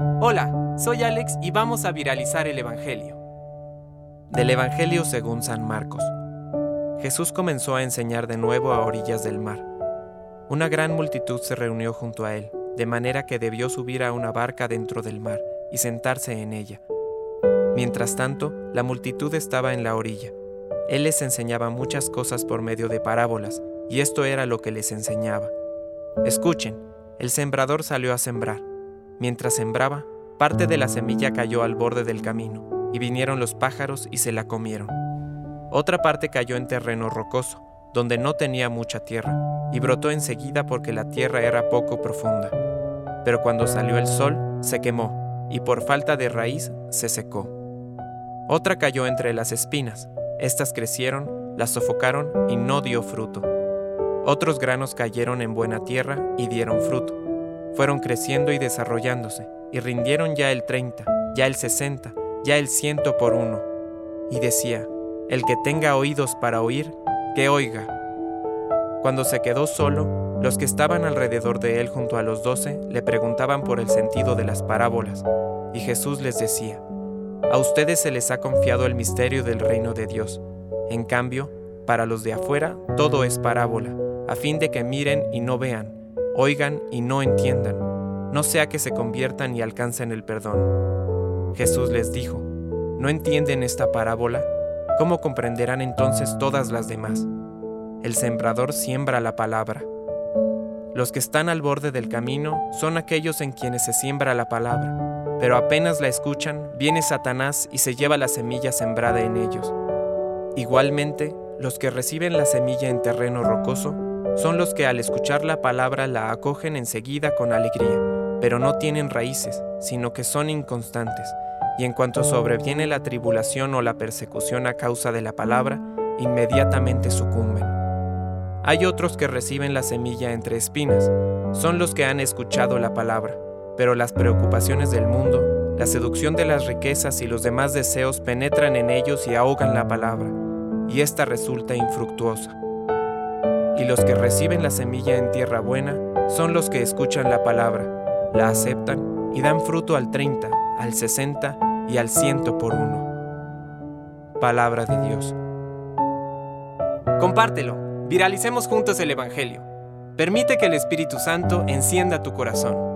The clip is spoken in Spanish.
Hola, soy Alex y vamos a viralizar el Evangelio. Del Evangelio según San Marcos. Jesús comenzó a enseñar de nuevo a orillas del mar. Una gran multitud se reunió junto a él, de manera que debió subir a una barca dentro del mar y sentarse en ella. Mientras tanto, la multitud estaba en la orilla. Él les enseñaba muchas cosas por medio de parábolas, y esto era lo que les enseñaba. Escuchen, el sembrador salió a sembrar. Mientras sembraba, parte de la semilla cayó al borde del camino, y vinieron los pájaros y se la comieron. Otra parte cayó en terreno rocoso, donde no tenía mucha tierra, y brotó enseguida porque la tierra era poco profunda. Pero cuando salió el sol, se quemó, y por falta de raíz se secó. Otra cayó entre las espinas. Estas crecieron, la sofocaron y no dio fruto. Otros granos cayeron en buena tierra y dieron fruto. Fueron creciendo y desarrollándose, y rindieron ya el 30, ya el 60, ya el 100 por uno. Y decía: el que tenga oídos para oír, que oiga. Cuando se quedó solo, los que estaban alrededor de él junto a los 12 le preguntaban por el sentido de las parábolas, y Jesús les decía: a ustedes se les ha confiado el misterio del reino de Dios. En cambio, para los de afuera todo es parábola, a fin de que miren y no vean, oigan y no entiendan, no sea que se conviertan y alcancen el perdón. Jesús les dijo: ¿no entienden esta parábola? ¿Cómo comprenderán entonces todas las demás? El sembrador siembra la palabra. Los que están al borde del camino son aquellos en quienes se siembra la palabra, pero apenas la escuchan, viene Satanás y se lleva la semilla sembrada en ellos. Igualmente, los que reciben la semilla en terreno rocoso son los que al escuchar la palabra la acogen enseguida con alegría, pero no tienen raíces, sino que son inconstantes, y en cuanto sobreviene la tribulación o la persecución a causa de la palabra, inmediatamente sucumben. Hay otros que reciben la semilla entre espinas, son los que han escuchado la palabra, pero las preocupaciones del mundo, la seducción de las riquezas y los demás deseos penetran en ellos y ahogan la palabra, y ésta resulta infructuosa. Y los que reciben la semilla en tierra buena son los que escuchan la palabra, la aceptan y dan fruto al 30, al 60 y al 100 por uno. Palabra de Dios. Compártelo, viralicemos juntos el Evangelio. Permite que el Espíritu Santo encienda tu corazón.